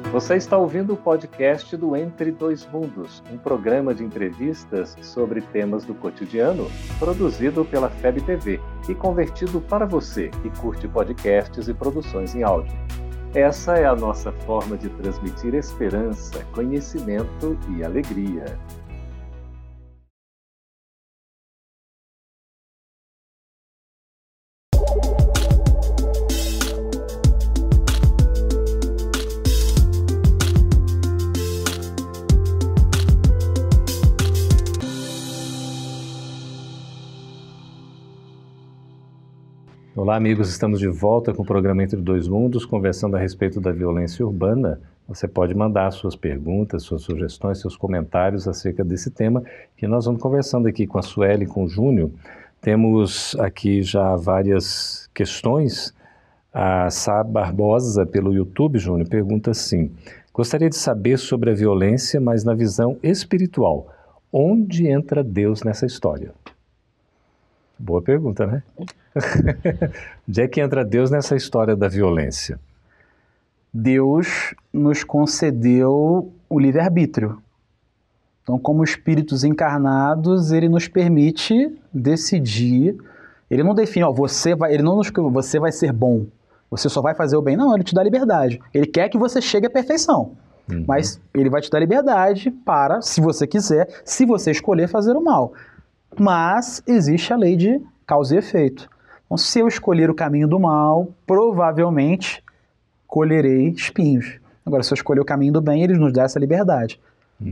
Você está ouvindo o podcast do Entre Dois Mundos, um programa de entrevistas sobre temas do cotidiano, produzido pela FEB TV e convertido para você que curte podcasts e produções em áudio. Essa é a nossa forma de transmitir esperança, conhecimento e alegria. Olá, amigos, estamos de volta com o programa Entre Dois Mundos, conversando a respeito da violência urbana. Você pode mandar suas perguntas, suas sugestões, seus comentários acerca desse tema, que nós vamos conversando aqui com a Sueli e com o Júnior. Temos aqui já várias questões. A Sá Barbosa, pelo YouTube, Júnior, pergunta assim: gostaria de saber sobre a violência, mas na visão espiritual. Onde entra Deus nessa história? Boa pergunta, né? Onde é que entra Deus nessa história da violência? Deus nos concedeu o livre-arbítrio. Então, como espíritos encarnados, Ele nos permite decidir. Ele não define, você vai ser bom, você só vai fazer o bem. Não, Ele te dá liberdade. Ele quer que você chegue à perfeição. Mas Ele vai te dar liberdade para, se você quiser, se você escolher fazer o mal. Mas existe a lei de causa e efeito. Então, se eu escolher o caminho do mal, provavelmente colherei espinhos. Agora, se eu escolher o caminho do bem, Ele nos dá essa liberdade.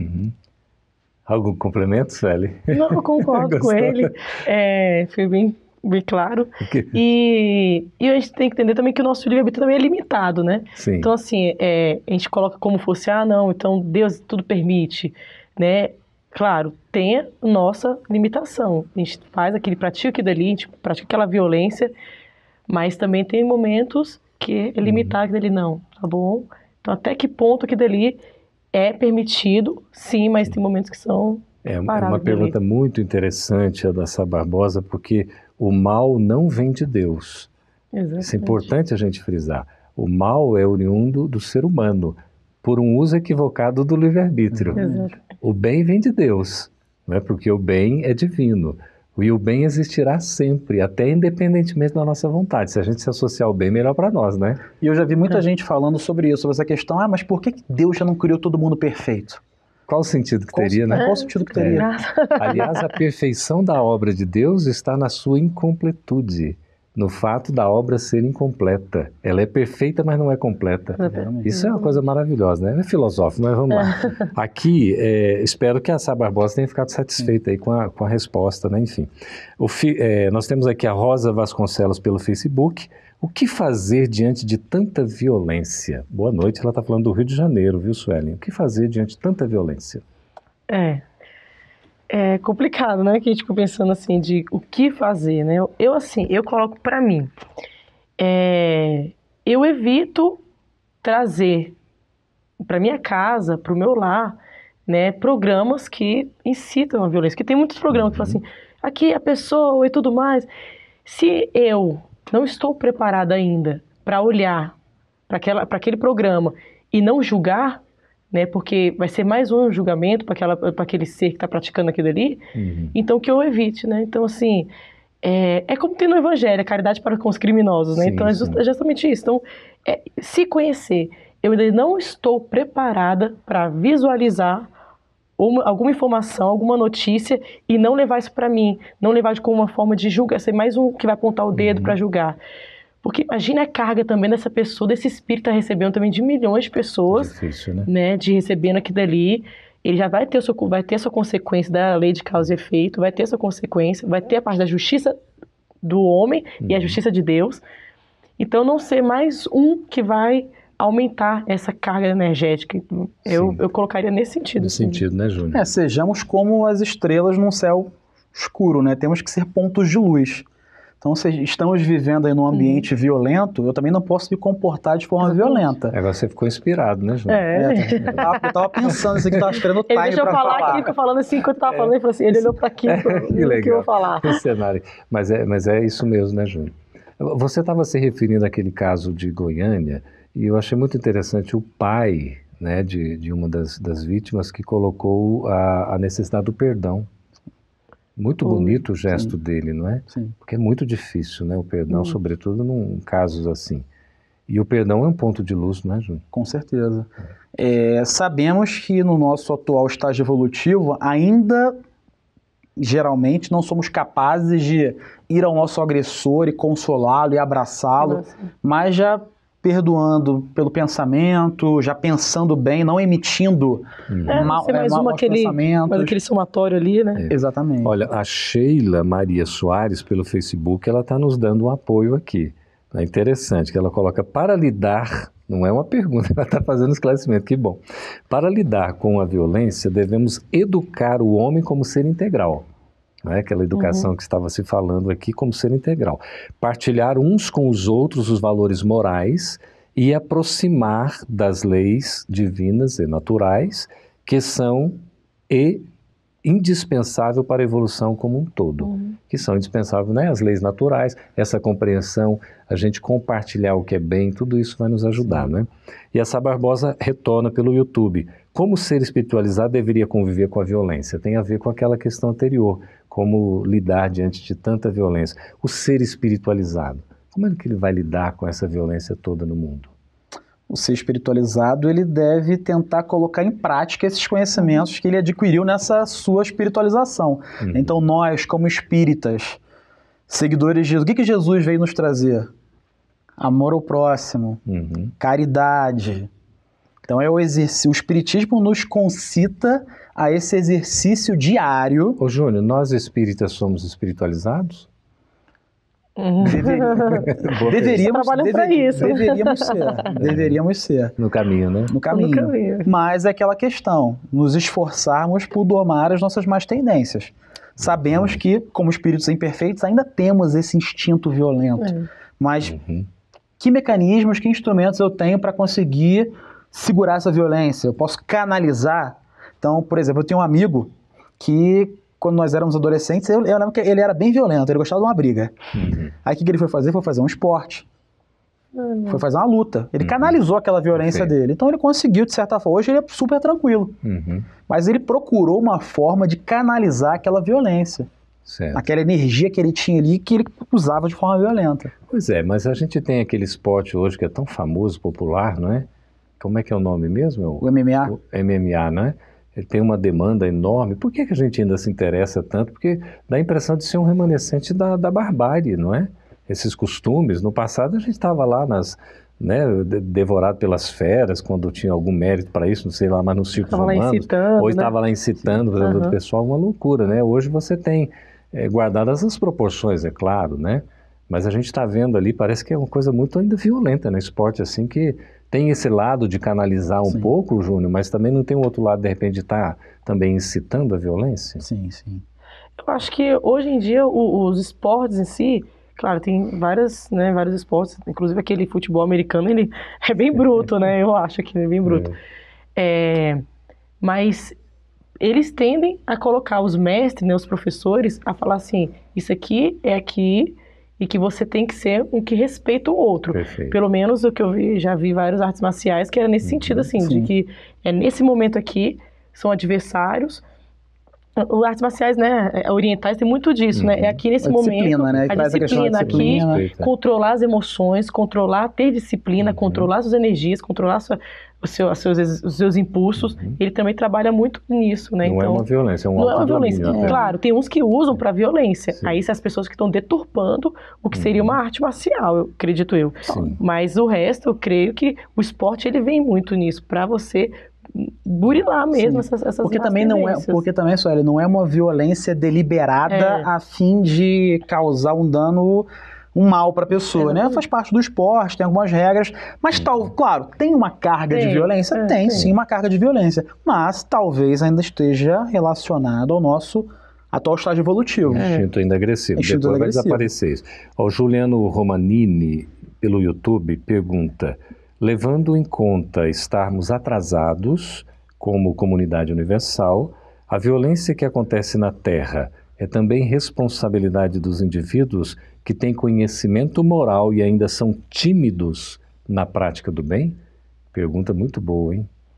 Algum complemento, Sueli? Não, eu concordo com ele. Foi bem claro. E a gente tem que entender também que o nosso livre-arbítrio também é limitado, né? Sim. Então, assim, a gente coloca como fosse, não, então Deus tudo permite, né? Claro, tem a nossa limitação. A gente pratica aquilo ali, a gente pratica aquela violência, mas também tem momentos que é limitar aquilo ali, não, tá bom? Então, até que ponto aquilo ali é permitido, sim, mas tem momentos que são parados. É uma pergunta muito interessante a da Sá Barbosa, porque o mal não vem de Deus. Exatamente. Isso é importante a gente frisar. O mal é oriundo do ser humano, por um uso equivocado do livre-arbítrio. Exato. O bem vem de Deus, né? Porque o bem é divino. E o bem existirá sempre, até independentemente da nossa vontade. Se a gente se associar ao bem, melhor para nós, né? E eu já vi muita gente falando sobre isso, sobre essa questão, mas por que Deus já não criou todo mundo perfeito? Qual o sentido que teria, né? Qual o sentido que teria? Aliás, a perfeição da obra de Deus está na sua incompletude, no fato da obra ser incompleta. Ela é perfeita, mas não é completa. Isso é uma coisa maravilhosa, né? É filosófico, mas vamos lá. Aqui, espero que a Sá Barbosa tenha ficado satisfeita aí com a resposta, né? Enfim. Nós temos aqui a Rosa Vasconcelos pelo Facebook. O que fazer diante de tanta violência? Boa noite, ela está falando do Rio de Janeiro, viu, Sueli? O que fazer diante de tanta violência? É complicado, né? Que a gente fica pensando assim, de o que fazer, né? Eu coloco pra mim. Eu evito trazer pra minha casa, pro meu lar, né, programas que incitam a violência. Porque tem muitos programas que falam assim, aqui a pessoa e tudo mais. Se eu não estou preparada ainda para olhar para aquele programa e não julgar, né, porque vai ser mais um julgamento para aquele ser que está praticando aquilo ali, então que eu evite, né? Então, assim, é como tem no Evangelho, a caridade para com os criminosos, né? Sim, então, é justamente isso. Então, se conhecer, eu ainda não estou preparada para visualizar alguma informação, alguma notícia e não levar isso para mim, não levar como uma forma de julgar, ser mais um que vai apontar o dedo para julgar. Porque imagina a carga também dessa pessoa, desse espírito tá recebendo também de milhões de pessoas, difícil, né? De recebendo aquilo dali. Ele já vai ter a sua consequência da lei de causa e efeito, vai ter a sua consequência, vai ter a parte da justiça do homem e a justiça de Deus. Então, não ser mais um que vai aumentar essa carga energética. Eu colocaria nesse sentido. Nesse sentido, né, Júnior? Sejamos como as estrelas num céu escuro, né? Temos que ser pontos de luz. Então, se estamos vivendo aí num ambiente violento, eu também não posso me comportar de forma violenta. Agora você ficou inspirado, né, Júnior? Eu tava pensando assim, que eu tava esperando o time para falar. Ele deixou eu falar aqui, fica falando assim, enquanto eu tava falando, ele falou assim, ele olhou para aqui, que eu vou falar. Esse cenário. Mas é isso mesmo, né, Júnior? Você estava se referindo àquele caso de Goiânia, e eu achei muito interessante o pai, né, de uma das vítimas que colocou a necessidade do perdão. Muito bonito o gesto dele, não é? Sim. Porque é muito difícil, né, o perdão, sobretudo em casos assim. E o perdão é um ponto de luz, não é, Júnior? Com certeza. Sabemos que no nosso atual estágio evolutivo, ainda, geralmente, não somos capazes de ir ao nosso agressor e consolá-lo e abraçá-lo, mas já perdoando pelo pensamento, já pensando bem, não emitindo maus pensamentos. Mais aquele somatório ali, né? Exatamente. Olha, a Sheila Maria Soares, pelo Facebook, ela está nos dando um apoio aqui. É interessante que ela coloca, para lidar, não é uma pergunta, ela está fazendo esclarecimento, que bom. Para lidar com a violência, devemos educar o homem como ser integral. Né? Aquela educação que estava se falando aqui como ser integral. Partilhar uns com os outros os valores morais e aproximar das leis divinas e naturais que são indispensável para a evolução como um todo, que são indispensáveis, né? As leis naturais, essa compreensão, a gente compartilhar o que é bem, tudo isso vai nos ajudar, né? E a Sá Barbosa retorna pelo YouTube. Como ser espiritualizado deveria conviver com a violência? Tem a ver com aquela questão anterior, como lidar diante de tanta violência. O ser espiritualizado, como é que ele vai lidar com essa violência toda no mundo? O ser espiritualizado, ele deve tentar colocar em prática esses conhecimentos que ele adquiriu nessa sua espiritualização. Então nós, como espíritas, seguidores de Jesus, o que Jesus veio nos trazer? Amor ao próximo, caridade. Então o espiritismo nos concita a esse exercício diário. Ô Júnior, nós espíritas somos espiritualizados? Deveríamos ser. No caminho, né? No caminho. Mas é aquela questão, nos esforçarmos por domar as nossas más tendências. Sabemos que, como espíritos imperfeitos, ainda temos esse instinto violento. Mas que mecanismos, que instrumentos eu tenho para conseguir segurar essa violência? Eu posso canalizar? Então, por exemplo, eu tenho um amigo que, quando nós éramos adolescentes, eu lembro que ele era bem violento, ele gostava de uma briga. Aí o que ele foi fazer? Foi fazer um esporte. Foi fazer uma luta. Ele canalizou aquela violência dele. Então ele conseguiu, de certa forma, hoje ele é super tranquilo. Mas ele procurou uma forma de canalizar aquela violência. Certo. Aquela energia que ele tinha ali, que ele usava de forma violenta. Pois é, mas a gente tem aquele esporte hoje que é tão famoso, popular, não é? Como é que é o nome mesmo? O MMA. O MMA, não é? Ele tem uma demanda enorme. Por que a gente ainda se interessa tanto? Porque dá a impressão de ser um remanescente da barbárie, não é? Esses costumes. No passado a gente estava lá devorado pelas feras, quando tinha algum mérito para isso, não sei lá, mas nos círculos romanos. Ou estava lá incitando o pessoal, uma loucura, né? Hoje você tem guardadas as proporções, é claro, né? Mas a gente está vendo ali, parece que é uma coisa muito ainda violenta, né? Esporte assim que tem esse lado de canalizar um pouco, Júnior, mas também não tem o outro lado, de repente, de estar também incitando a violência? Sim, sim. Eu acho que hoje em dia os esportes em si, claro, tem vários esportes, inclusive aquele futebol americano, ele é bem bruto, né? Eu acho que ele é bem bruto. Mas eles tendem a colocar os mestres, né, os professores, a falar assim, isso aqui é aqui, e que você tem que ser um que respeita o outro. Perfeito. Pelo menos o que eu já vi várias artes marciais, que era nesse sentido, assim, de que nesse momento aqui, são adversários. As artes marciais, né, orientais, tem muito disso, né? É aqui nesse momento, disciplina, né? a disciplina aqui, controlar as emoções, ter disciplina, controlar suas energias, controlar os seus impulsos. Ele também trabalha muito nisso, né? Não então, é uma violência, é um não é uma violência. autodomínio. Claro, tem uns que usam para violência. Aí são as pessoas que estão deturpando o que seria uma arte marcial, acredito eu. Sim. Mas o resto, eu creio que o esporte ele vem muito nisso, para você burilar mesmo essas porque também Sueli, não é uma violência deliberada a fim de causar um dano, um mal para a pessoa, né? Faz parte do esporte, tem algumas regras, mas claro, tem uma carga de violência? Tem sim uma carga de violência, mas talvez ainda esteja relacionado ao nosso atual estágio evolutivo. Instinto ainda agressivo, depois vai desaparecer isso. O Juliano Romanini, pelo YouTube, pergunta: levando em conta estarmos atrasados como comunidade universal, a violência que acontece na Terra é também responsabilidade dos indivíduos que têm conhecimento moral e ainda são tímidos na prática do bem? Pergunta muito boa, hein?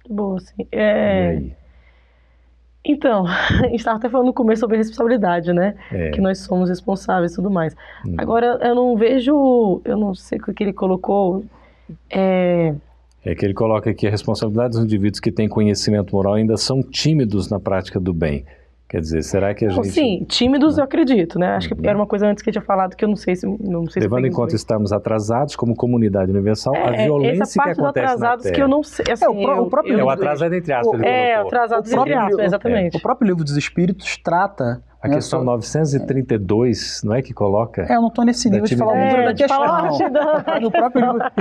boa, assim. E aí? Então, a gente estava até falando no começo sobre responsabilidade, né? Que nós somos responsáveis e tudo mais. Agora, eu não vejo, eu não sei o que ele colocou. É que ele coloca aqui a responsabilidade dos indivíduos que têm conhecimento moral ainda são tímidos na prática do bem. Quer dizer, será que a gente... Sim, tímidos eu acredito, né? Acho que era uma coisa antes que eu tinha falado que eu não sei se... Levando em conta estarmos atrasados como comunidade universal, a violência essa parte que acontece dos atrasados na Terra. que eu não sei... Assim, o atrasado entre aspas. Atrasados entre aspas, exatamente. O próprio Livro dos Espíritos trata... A questão 932, não é que coloca? Eu não estou nesse nível de falar muito da questão. O próprio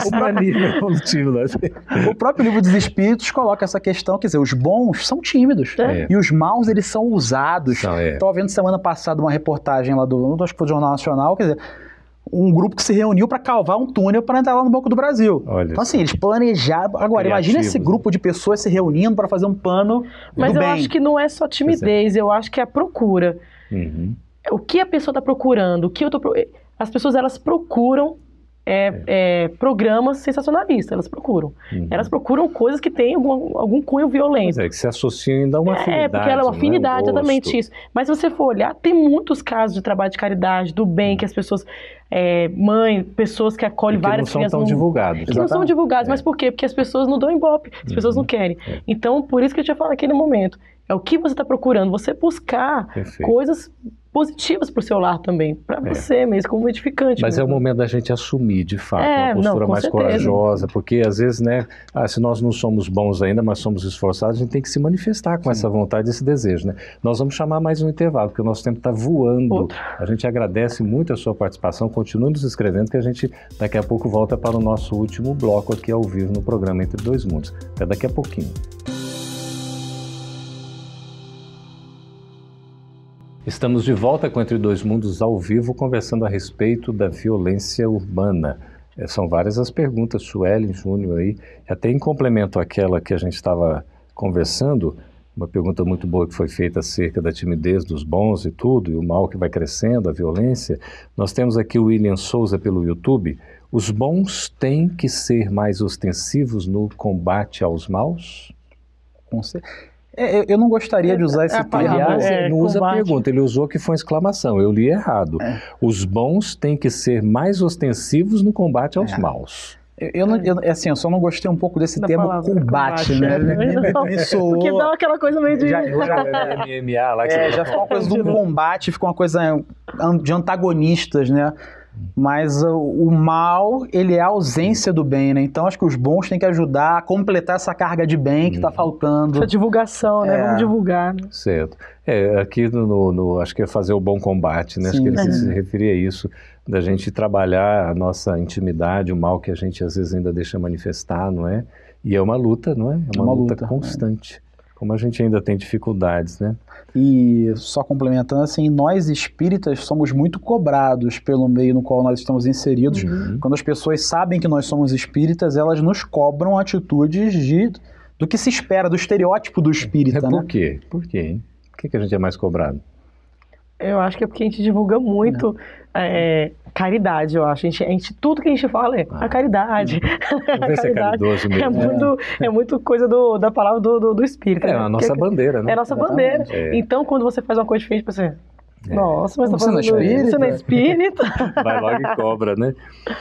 o próprio Livro dos Espíritos coloca essa questão, quer dizer, os bons são tímidos e os maus, eles são usados. Estava vendo semana passada uma reportagem lá acho que foi do Jornal Nacional, quer dizer, um grupo que se reuniu para cavar um túnel para entrar lá no Banco do Brasil. Então, assim, eles planejaram. Agora, imagina esse grupo de pessoas se reunindo para fazer um plano Mas do eu bem. acho que não é só timidez, eu acho que é a procura. O que a pessoa está procurando? O que eu tô As pessoas, elas procuram programas sensacionalistas, elas procuram. Elas procuram coisas que têm algum cunho violento. Que se associam ainda a uma afinidade. Porque ela é uma afinidade, exatamente isso. Mas se você for olhar, tem muitos casos de trabalho de caridade, do bem, que as pessoas, pessoas que acolhem várias crianças. Que não são tão divulgados. Que não são divulgados, mas por quê? Porque as pessoas não dão ibope, as pessoas não querem. Então, por isso que eu tinha falado naquele momento. É o que você está procurando, você buscar coisas positivas para o seu lar também, para você mesmo, como edificante. Mas mesmo. É o momento da gente assumir, de fato, uma postura mais corajosa, porque às vezes, se nós não somos bons ainda, mas somos esforçados, a gente tem que se manifestar com essa vontade, esse desejo, né? Nós vamos chamar mais um intervalo, porque o nosso tempo está voando. A gente agradece muito a sua participação, continue nos escrevendo, que a gente daqui a pouco volta para o nosso último bloco aqui ao vivo no programa Entre Dois Mundos. Até daqui a pouquinho. Estamos de volta com Entre Dois Mundos ao vivo, conversando a respeito da violência urbana. São várias as perguntas, Suelen, Júnior aí, até em complemento àquela que a gente estava conversando, uma pergunta muito boa que foi feita acerca da timidez dos bons e tudo, e o mal que vai crescendo, a violência. Nós temos aqui o William Souza pelo YouTube. Os bons têm que ser mais ostensivos no combate aos maus? Com certeza. Eu não gostaria de usar esse termo. Aliás, ele não usa a pergunta, ele usou que foi uma exclamação, eu li errado. Os bons têm que ser mais ostensivos no combate aos maus. Eu só não gostei um pouco desse termo combate, né? Porque dá aquela coisa meio de... MMA lá. Já ficou uma coisa de um combate, ficou uma coisa de antagonistas, né? Mas o mal, ele é a ausência do bem, né? Então acho que os bons têm que ajudar a completar essa carga de bem que está faltando. Essa divulgação, né? Vamos divulgar. Né? Certo. Aqui acho que é fazer o bom combate, né? Sim, acho que ele se referia a isso, da gente trabalhar a nossa intimidade, o mal que a gente às vezes ainda deixa manifestar, não é? E é uma luta, não é? É uma luta constante. Como a gente ainda tem dificuldades, né? E só complementando assim, nós espíritas somos muito cobrados pelo meio no qual nós estamos inseridos. Quando as pessoas sabem que nós somos espíritas, elas nos cobram atitudes do que se espera, do estereótipo do espírita, Por quê? Por quê, hein? Por que a gente é mais cobrado? Eu acho que é porque a gente divulga muito caridade, eu acho. Tudo que a gente fala é a caridade. Vamos ver se é caridoso mesmo. É muito coisa da palavra do espírito. É a nossa bandeira, né? É a nossa bandeira. Então, quando você faz uma coisa diferente, você... Nossa, mas você não é espírita? Vai logo e cobra, né?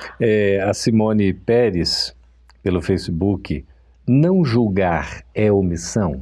A Simone Pérez, pelo Facebook, não julgar é omissão?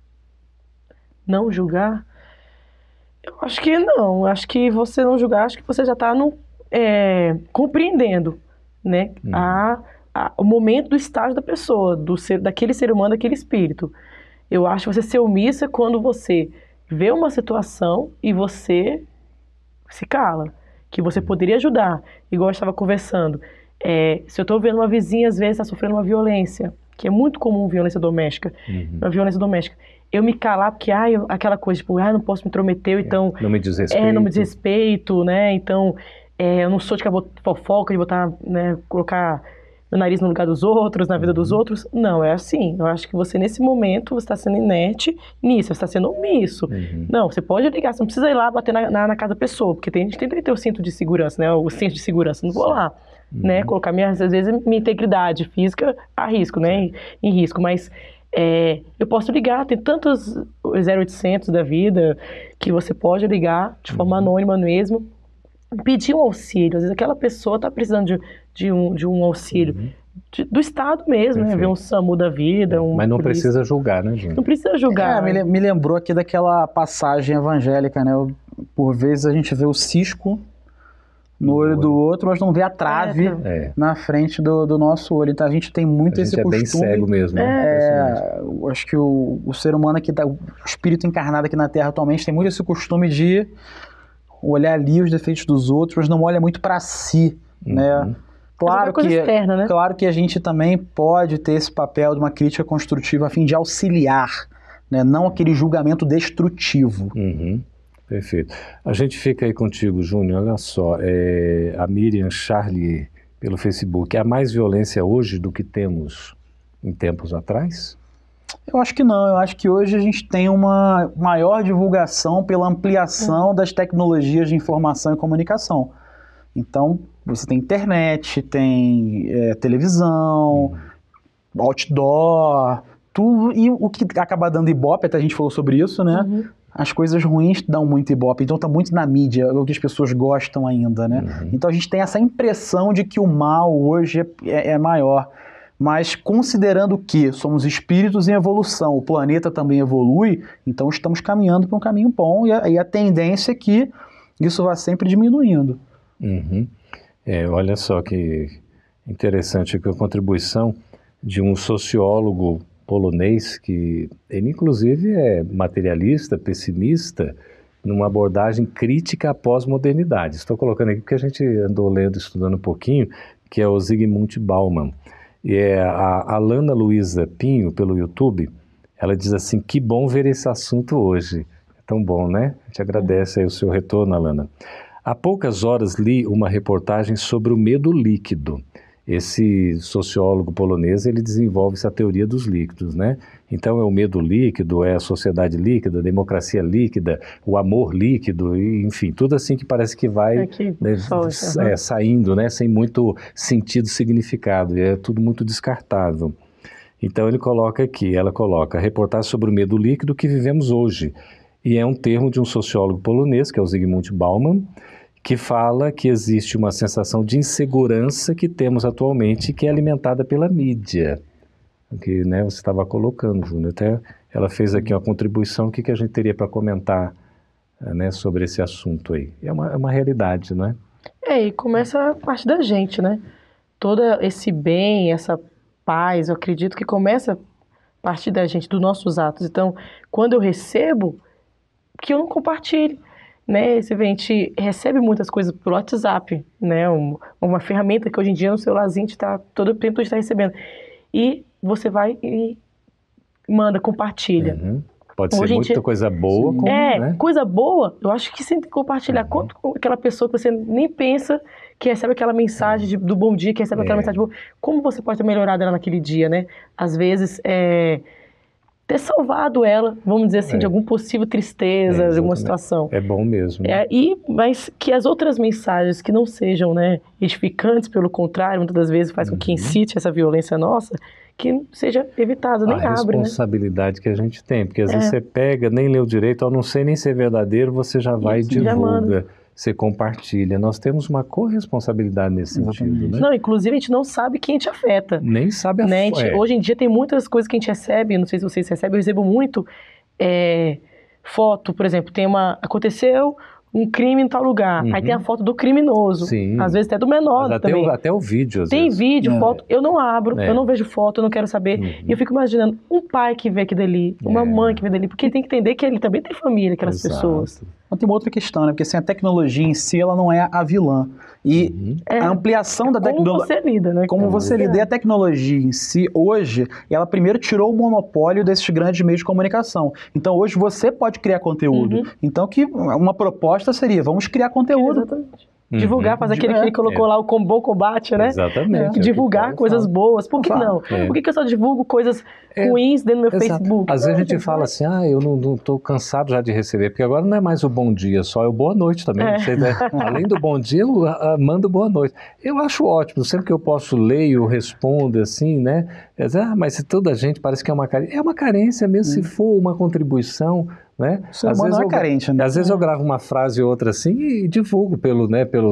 Não julgar? Eu acho que não. Acho que você não julgar, acho que você já está compreendendo, né? O momento do estágio da pessoa, daquele ser humano, daquele espírito. Eu acho que você ser omissa é quando você vê uma situação e você se cala, que você poderia ajudar. Igual eu estava conversando. Se eu estou vendo uma vizinha, às vezes, está sofrendo uma violência, que é muito comum, violência doméstica, uma violência doméstica. Eu me calar porque, aquela coisa, tipo, não posso me intrometer, então... Não me desrespeito. Não me desrespeito, né? Então, eu não sou de fofoca, de botar, né, colocar meu nariz no lugar dos outros, na vida dos outros. Não, é assim. Eu acho que você, nesse momento, você está sendo inerte nisso, você está sendo omisso. Não, você pode ligar, você não precisa ir lá bater na casa da pessoa, porque a gente tem que ter o cinto de segurança, né? O cinto de segurança, não vou lá. Né, colocar às vezes minha integridade física a risco, né, em risco, mas Eu posso ligar, tem tantos 0800 da vida que você pode ligar de forma anônima mesmo, pedir um auxílio. Às vezes aquela pessoa está precisando de um auxílio do Estado mesmo, né? Ver um SAMU da vida, Mas não precisa julgar, né, gente? Não precisa julgar. Me lembrou aqui daquela passagem evangélica, né? Por vezes a gente vê o cisco no olho do outro, mas não vê a trave na frente do nosso olho. Então a gente tem muito esse costume. A gente é bem cego mesmo, né? Eu acho que o ser humano aqui, o espírito encarnado aqui na Terra atualmente tem muito esse costume de olhar ali os defeitos dos outros, mas não olha muito para si, né? Claro que, externa, né? Claro que a gente também pode ter esse papel de uma crítica construtiva a fim de auxiliar, né? Não aquele julgamento destrutivo. Perfeito. A gente fica aí contigo, Júnior. Olha só, a Miriam Charlier, pelo Facebook. Há mais violência hoje do que temos em tempos atrás? Eu acho que não. Eu acho que hoje a gente tem uma maior divulgação pela ampliação das tecnologias de informação e comunicação. Então, você tem internet, tem televisão, outdoor, tudo. E o que acaba dando ibope, até a gente falou sobre isso, né? As coisas ruins dão muito ibope, então tá muito na mídia, o que as pessoas gostam ainda, né? Então a gente tem essa impressão de que o mal hoje é maior. Mas considerando que somos espíritos em evolução, o planeta também evolui, então estamos caminhando para um caminho bom e a tendência é que isso vá sempre diminuindo. Olha só que interessante aqui a contribuição de um sociólogo polonês que ele inclusive é materialista, pessimista, numa abordagem crítica à pós-modernidade. Estou colocando aqui porque a gente andou lendo, estudando um pouquinho, que é o Zygmunt Bauman. E a Alana Luísa Pinho, pelo YouTube, ela diz assim: que bom ver esse assunto hoje. É tão bom, né? A gente agradece aí o seu retorno, Alana. Há poucas horas li uma reportagem sobre o medo líquido. Esse sociólogo polonês, ele desenvolve essa teoria dos líquidos, né? Então é o medo líquido, é a sociedade líquida, a democracia líquida, o amor líquido, e, enfim, tudo assim que parece que vai saindo, né? Sem muito sentido, significado, e é tudo muito descartável. Então ele coloca aqui, ela coloca, reportagem sobre o medo líquido que vivemos hoje. E é um termo de um sociólogo polonês, que é o Zygmunt Bauman, que fala que existe uma sensação de insegurança que temos atualmente, que é alimentada pela mídia, que, né, você estava colocando, Júnior. Até ela fez aqui uma contribuição, o que a gente teria para comentar, né, sobre esse assunto aí. É uma realidade, não é? E começa a parte da gente, né? Todo esse bem, essa paz, eu acredito que começa a partir da gente, dos nossos atos. Então, quando eu recebo, que eu não compartilhe. Né, a gente recebe muitas coisas pelo WhatsApp, né, uma ferramenta que hoje em dia no celularzinho está todo o tempo está recebendo, e você vai e manda, compartilha. Pode ser muita coisa boa, como, né? Coisa boa, eu acho que você tem que compartilhar. Quanto aquela pessoa que você nem pensa que recebe aquela mensagem do bom dia, que recebe aquela mensagem boa, como você pode ter melhorado ela naquele dia, né? Às vezes ter salvado ela, vamos dizer assim, de alguma possível tristeza, de alguma situação. É bom mesmo. Mas que as outras mensagens que não sejam, né, edificantes, pelo contrário, muitas das vezes faz com que incite essa violência nossa, que seja evitada, nem abre, né? A responsabilidade que a gente tem, porque às vezes você pega, nem leu direito, eu não sei nem se é verdadeiro, você já vai e divulga. Você compartilha. Nós temos uma corresponsabilidade nesse sentido, né? Não, inclusive a gente não sabe quem te afeta. Nem sabe a né? Hoje em dia tem muitas coisas que a gente recebe, não sei se vocês recebem, eu recebo muito foto, por exemplo, aconteceu um crime em tal lugar, aí tem a foto do criminoso, às vezes até do menor também. Até o vídeo, às tem vezes. Vídeo, foto, eu não abro, eu não vejo foto, eu não quero saber, e eu fico imaginando um pai que vê aquilo dali, uma mãe que vê dali, porque ele tem que entender que ele também tem família, aquelas pessoas. Mas tem uma outra questão, né? Porque assim, a tecnologia em si, ela não é a vilã. E a ampliação da tecnologia... Como você lida, né? Como você lida. E a tecnologia em si, hoje, ela primeiro tirou o monopólio desses grandes meios de comunicação. Então, hoje, você pode criar conteúdo. Então, uma proposta seria, vamos criar conteúdo. Exatamente. Divulgar, fazer aquele que ele colocou lá, o bom combate, né? Exatamente. Divulgar coisas boas. Por que não? Por que eu só divulgo coisas ruins dentro do meu Facebook? Às vezes a gente fala assim, eu não tô cansado já de receber, porque agora não é mais o bom dia só, é o boa noite também. Você, né? Além do bom dia, eu mando boa noite. Eu acho ótimo, sempre que eu posso ler, eu respondo assim, né? Mas se toda a gente parece que é uma carência. É uma carência mesmo, se for uma contribuição, né? Às vezes é carente, né? Às vezes eu gravo uma frase ou outra assim e divulgo pelo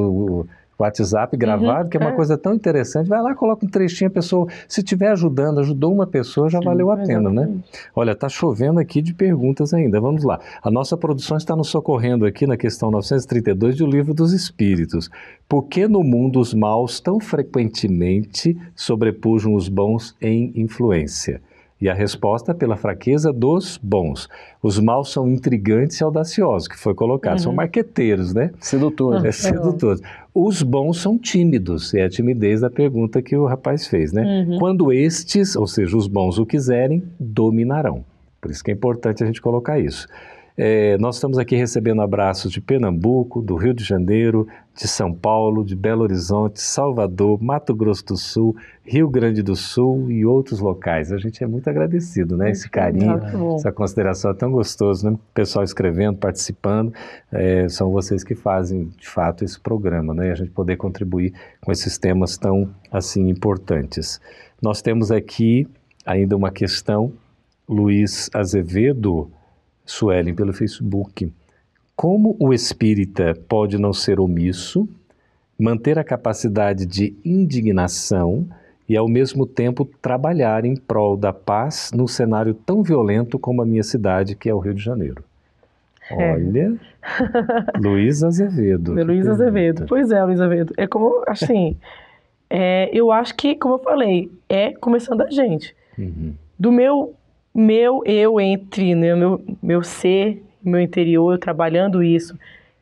WhatsApp gravado, que é uma coisa tão interessante. Vai lá, coloca um trechinho, a pessoa, se estiver ajudou uma pessoa, já valeu a pena, né? Olha, tá chovendo aqui de perguntas ainda, vamos lá. A nossa produção está nos socorrendo aqui na questão 932 do Livro dos Espíritos. Por que no mundo os maus tão frequentemente sobrepujam os bons em influência? E a resposta pela fraqueza dos bons. Os maus são intrigantes e audaciosos, que foi colocado. São marqueteiros, né? Sedutores. Sedutores. Os bons são tímidos. É a timidez da pergunta que o rapaz fez, né? Quando estes, ou seja, os bons o quiserem, dominarão. Por isso que é importante a gente colocar isso. Nós estamos aqui recebendo abraços de Pernambuco, do Rio de Janeiro, de São Paulo, de Belo Horizonte, Salvador, Mato Grosso do Sul, Rio Grande do Sul e outros locais. A gente é muito agradecido, né? Esse carinho, essa consideração é tão gostoso, né? O pessoal escrevendo, participando, são vocês que fazem, de fato, esse programa, né? A gente poder contribuir com esses temas tão, assim, importantes. Nós temos aqui ainda uma questão, Luiz Azevedo, Suelen, pelo Facebook. Como o espírita pode não ser omisso, manter a capacidade de indignação e, ao mesmo tempo, trabalhar em prol da paz num cenário tão violento como a minha cidade, que é o Rio de Janeiro? Olha, Luiz Azevedo. Luiz Azevedo. Pois é, Luiz Azevedo. É como, assim, eu acho que, como eu falei, começando a gente. Do meu eu entre, né, meu ser, meu interior, eu trabalhando isso.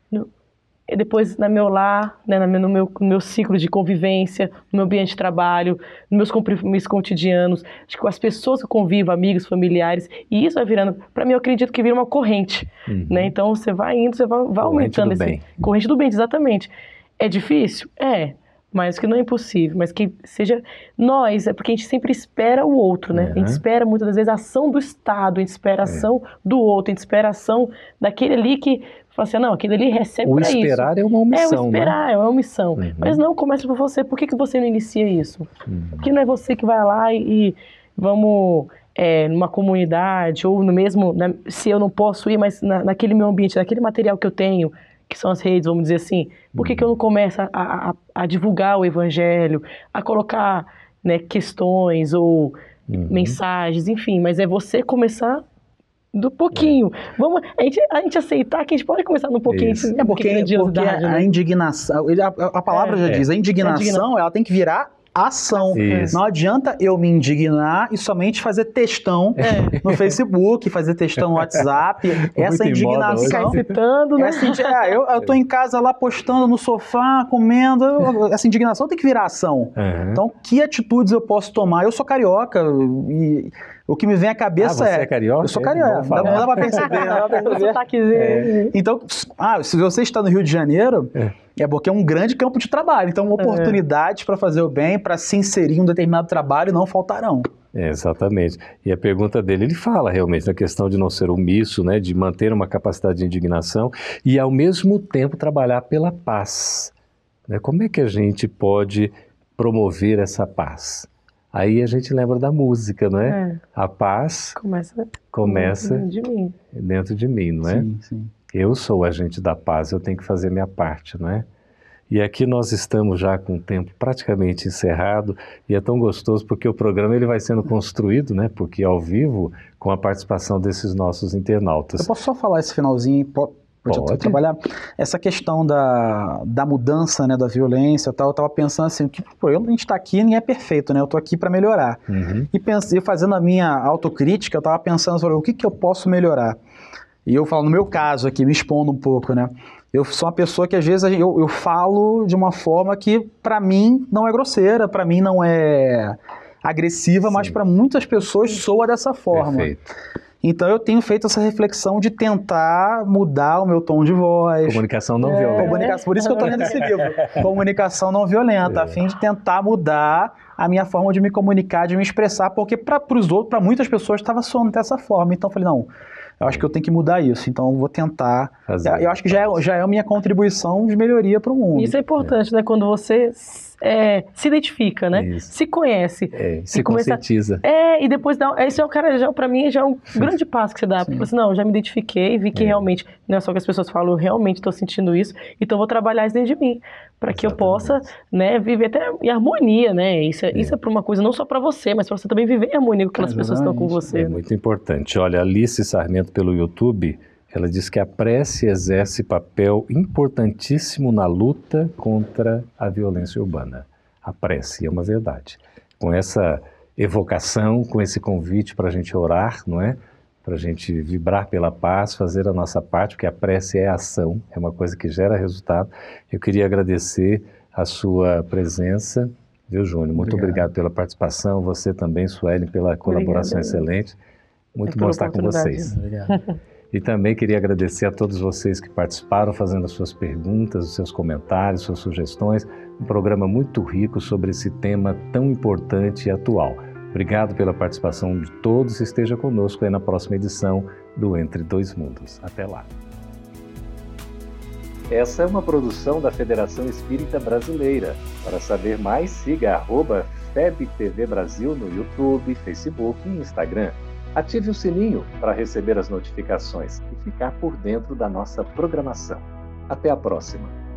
Depois, no meu lar, né, no meu ciclo de convivência, no meu ambiente de trabalho, nos meus compromissos cotidianos, acho que com as pessoas que eu convivo, amigos, familiares, e isso vai virando, para mim, eu acredito que vira uma corrente, né? Então, você vai indo, você vai aumentando esse... Corrente do bem, exatamente. É difícil? Mas que não é impossível, mas que seja nós, porque a gente sempre espera o outro, né? A gente espera muitas das vezes a ação do Estado, a gente espera a ação do outro, a gente espera a ação daquele ali que fala assim, não, aquele ali recebe para isso. O esperar é uma omissão, o esperar é uma omissão. Mas não, começa por você. Por que você não inicia isso? Porque não é você que vai lá e vamos numa comunidade ou no mesmo, se eu não posso ir, mas naquele meu ambiente, naquele material que eu tenho, que são as redes, vamos dizer assim, por que eu não começo a divulgar o evangelho, a colocar, né, questões ou mensagens, enfim, mas é você começar do pouquinho. Vamos, a gente aceitar que a gente pode começar no pouquinho. Porque a indignação, a palavra já diz, a indignação, ela tem que virar ação. Isso. Não adianta eu me indignar e somente fazer textão no Facebook, fazer textão no WhatsApp. Essa indignação... Ficar excitando, né? Eu tô em casa lá postando no sofá, comendo. Essa indignação tem que virar ação. Então, que atitudes eu posso tomar? Eu sou carioca e... O que me vem à cabeça você é carioca? Eu sou carioca. Não dá pra perceber. Então, se você está no Rio de Janeiro, é porque é um grande campo de trabalho. Então, oportunidades para fazer o bem, para se inserir em um determinado trabalho, não faltarão. Exatamente. E a pergunta dele, ele fala realmente da questão de não ser omisso, né, de manter uma capacidade de indignação e, ao mesmo tempo, trabalhar pela paz. Né? Como é que a gente pode promover essa paz? Aí a gente lembra da música, não é? A paz começa dentro de mim, não é? Sim, sim. Eu sou o agente da paz, eu tenho que fazer minha parte, não é? E aqui nós estamos já com o tempo praticamente encerrado e é tão gostoso porque o programa ele vai sendo construído, né? Porque ao vivo, com a participação desses nossos internautas. Eu posso só falar esse finalzinho? Pode trabalhar essa questão da mudança, né, da violência e tal. Eu estava pensando assim, a gente está aqui, ninguém é perfeito, né? Eu estou aqui para melhorar. E fazendo a minha autocrítica, eu estava pensando sobre o que eu posso melhorar. E eu falo, no meu caso aqui, me expondo um pouco, né? Eu sou uma pessoa que às vezes eu falo de uma forma que para mim não é grosseira, para mim não é agressiva, mas para muitas pessoas soa dessa forma. Perfeito. Então eu tenho feito essa reflexão de tentar mudar o meu tom de voz. Comunicação não violenta. Por isso que eu estou lendo esse livro. Comunicação não violenta, a fim de tentar mudar a minha forma de me comunicar, de me expressar, porque para os outros, para muitas pessoas, estava soando dessa forma. Então eu falei, não, eu acho que eu tenho que mudar isso, então eu vou tentar. Eu acho que já é a minha contribuição de melhoria para o mundo. Isso é importante, né? Quando você se identifica, né? Isso. Se conhece. Se conscientiza. E depois dá. Esse é o cara, para mim, já é um grande passo que você dá. Porque assim, não, eu já me identifiquei, vi que realmente, não é só que as pessoas falam, eu realmente estou sentindo isso, então eu vou trabalhar isso dentro de mim. Para que eu possa, né, viver até em harmonia, né? Isso é para uma coisa não só para você, mas para você também viver em harmonia com aquelas pessoas que estão com você. É muito importante. Olha, Alice Sarmento pelo YouTube, ela diz que a prece exerce papel importantíssimo na luta contra a violência urbana. A prece, é uma verdade. Com essa evocação, com esse convite para a gente orar, não é? Para a gente vibrar pela paz, fazer a nossa parte, porque a prece é ação, é uma coisa que gera resultado. Eu queria agradecer a sua presença, viu, Júnior? Muito obrigado pela participação, você também, Suelen, pela colaboração excelente. Muito bom estar com vocês. Obrigado. E também queria agradecer a todos vocês que participaram, fazendo as suas perguntas, os seus comentários, suas sugestões. Um programa muito rico sobre esse tema tão importante e atual. Obrigado pela participação de todos e esteja conosco aí na próxima edição do Entre Dois Mundos. Até lá. Essa é uma produção da Federação Espírita Brasileira. Para saber mais, siga @FebTV Brasil no YouTube, Facebook e Instagram. Ative o sininho para receber as notificações e ficar por dentro da nossa programação. Até a próxima!